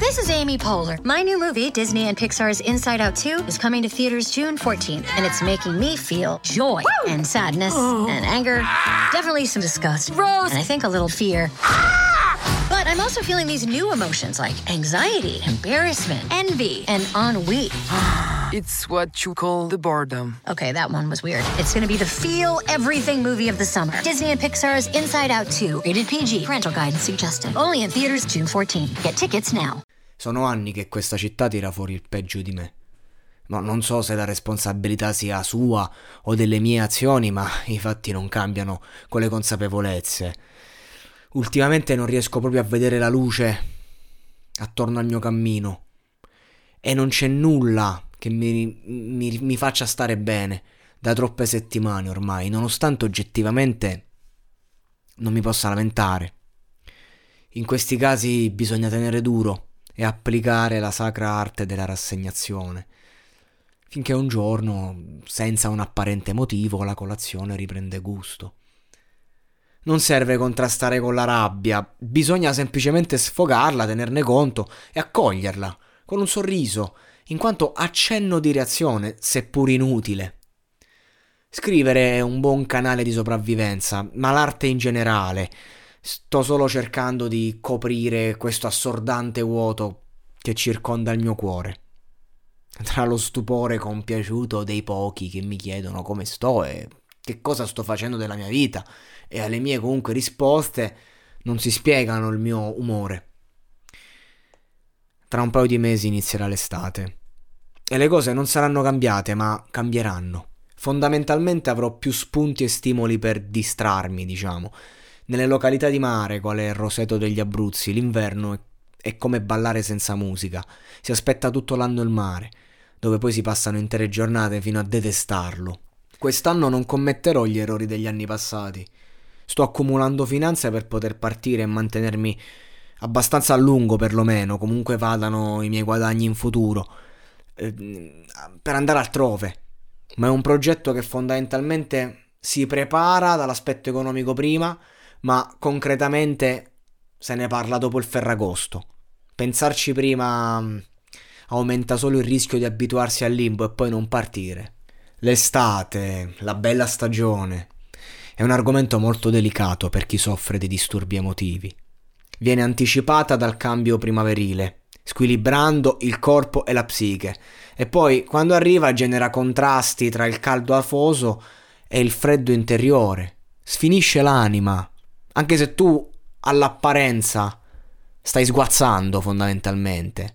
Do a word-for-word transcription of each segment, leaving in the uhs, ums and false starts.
This is Amy Poehler. My new movie, Disney and Pixar's Inside Out two, is coming to theaters June fourteenth, and it's making me feel joy Woo! and sadness oh. and anger, definitely some disgust, Rose, and I think a little fear. But I'm also feeling these new emotions like anxiety, embarrassment, envy, and ennui. It's what you call the boredom. Okay, that one was weird. It's gonna be the feel everything movie of the summer. Disney and Pixar's Inside Out two, rated P G, parental guidance suggested. Only in theaters June fourteenth. Get tickets now. Sono anni che questa città tira fuori il peggio di me. No, non so se la responsabilità sia sua o delle mie azioni, ma i fatti non cambiano con le consapevolezze. Ultimamente non riesco proprio a vedere la luce attorno al mio cammino e non c'è nulla che mi, mi, mi faccia stare bene da troppe settimane ormai, nonostante oggettivamente non mi possa lamentare. In questi casi bisogna tenere duro e applicare la sacra arte della rassegnazione, finché un giorno, senza un apparente motivo, la colazione riprende gusto. Non serve contrastare con la rabbia, bisogna semplicemente sfogarla, tenerne conto e accoglierla con un sorriso, in quanto accenno di reazione, seppur inutile. Scrivere è un buon canale di sopravvivenza, ma l'arte in generale. Sto solo cercando di coprire questo assordante vuoto che circonda il mio cuore. Tra lo stupore compiaciuto dei pochi che mi chiedono come sto e che cosa sto facendo della mia vita, e alle mie comunque risposte non si spiegano il mio umore. Tra un paio di mesi inizierà l'estate e le cose non saranno cambiate, ma cambieranno. Fondamentalmente avrò più spunti e stimoli per distrarmi, diciamo. Nelle località di mare, quale Roseto degli Abruzzi, l'inverno è, è come ballare senza musica. Si aspetta tutto l'anno il mare, dove poi si passano intere giornate fino a detestarlo. Quest'anno non commetterò gli errori degli anni passati. Sto accumulando finanze per poter partire e mantenermi abbastanza a lungo, perlomeno, comunque vadano i miei guadagni in futuro, eh, per andare altrove. Ma è un progetto che fondamentalmente si prepara dall'aspetto economico prima, ma concretamente se ne parla dopo il Ferragosto. Pensarci prima aumenta solo il rischio di abituarsi al limbo e poi non partire. L'estate, la bella stagione, è un argomento molto delicato per chi soffre di disturbi emotivi. Viene anticipata dal cambio primaverile, squilibrando il corpo e la psiche, e poi quando arriva genera contrasti tra il caldo afoso e il freddo interiore. Sfinisce l'anima, anche se tu all'apparenza stai sguazzando fondamentalmente.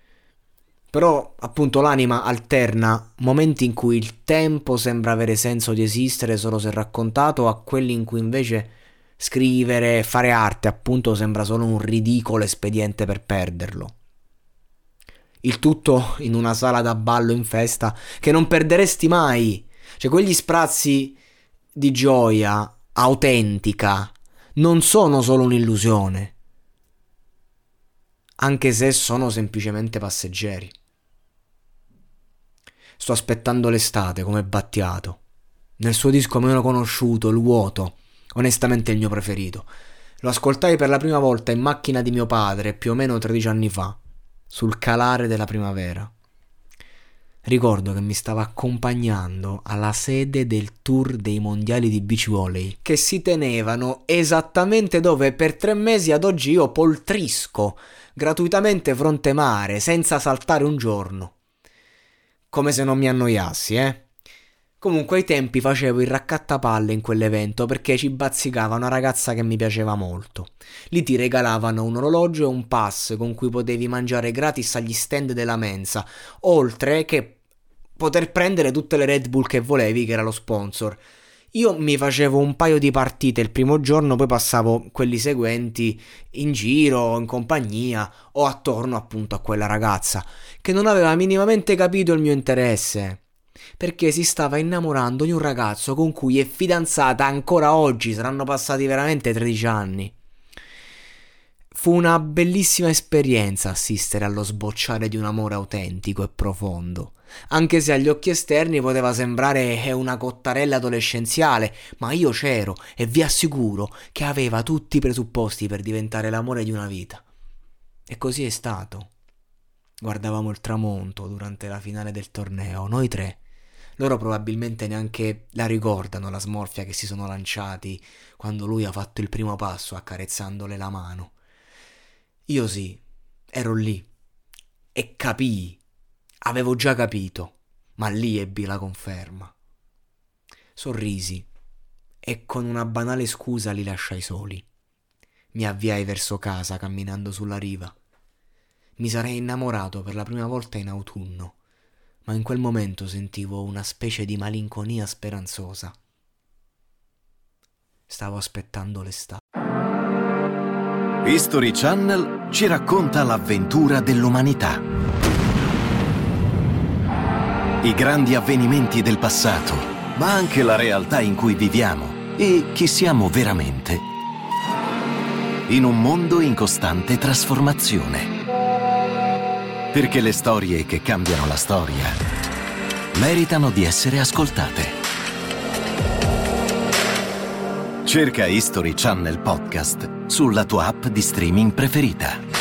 Però appunto l'anima alterna momenti in cui il tempo sembra avere senso di esistere solo se raccontato, a quelli in cui invece scrivere, fare arte appunto sembra solo un ridicolo espediente per perderlo. Il tutto in una sala da ballo in festa che non perderesti mai. Cioè quegli sprazzi di gioia autentica non sono solo un'illusione, anche se sono semplicemente passeggeri. Sto aspettando l'estate come Battiato. Nel suo disco meno conosciuto, Il vuoto, onestamente il mio preferito. Lo ascoltai per la prima volta in macchina di mio padre più o meno tredici anni fa, sul calare della primavera. Ricordo che mi stava accompagnando alla sede del tour dei mondiali di beach volley, che si tenevano esattamente dove per tre mesi ad oggi io poltrisco gratuitamente fronte mare, senza saltare un giorno. Come se non mi annoiassi, eh? Comunque ai tempi facevo il raccattapalle in quell'evento perché ci bazzicava una ragazza che mi piaceva molto. Lì ti regalavano un orologio e un pass con cui potevi mangiare gratis agli stand della mensa, oltre che poter prendere tutte le Red Bull che volevi, che era lo sponsor. Io mi facevo un paio di partite il primo giorno, poi passavo quelli seguenti in giro, in compagnia o attorno appunto a quella ragazza che non aveva minimamente capito il mio interesse, perché si stava innamorando di un ragazzo con cui è fidanzata ancora oggi, saranno passati veramente tredici anni. Fu una bellissima esperienza assistere allo sbocciare di un amore autentico e profondo, anche se agli occhi esterni poteva sembrare una cottarella adolescenziale, ma io c'ero e vi assicuro che aveva tutti i presupposti per diventare l'amore di una vita. E così è stato. Guardavamo il tramonto durante la finale del torneo, noi tre. Loro probabilmente neanche la ricordano la smorfia che si sono lanciati quando lui ha fatto il primo passo accarezzandole la mano. Io sì, ero lì e capii, avevo già capito, ma lì ebbi la conferma. Sorrisi e con una banale scusa li lasciai soli. Mi avviai verso casa camminando sulla riva. Mi sarei innamorato per la prima volta in autunno, ma in quel momento sentivo una specie di malinconia speranzosa. Stavo aspettando l'estate. History Channel ci racconta l'avventura dell'umanità. I grandi avvenimenti del passato, ma anche la realtà in cui viviamo e chi siamo veramente. In un mondo in costante trasformazione. Perché le storie che cambiano la storia meritano di essere ascoltate. Cerca History Channel Podcast sulla tua app di streaming preferita.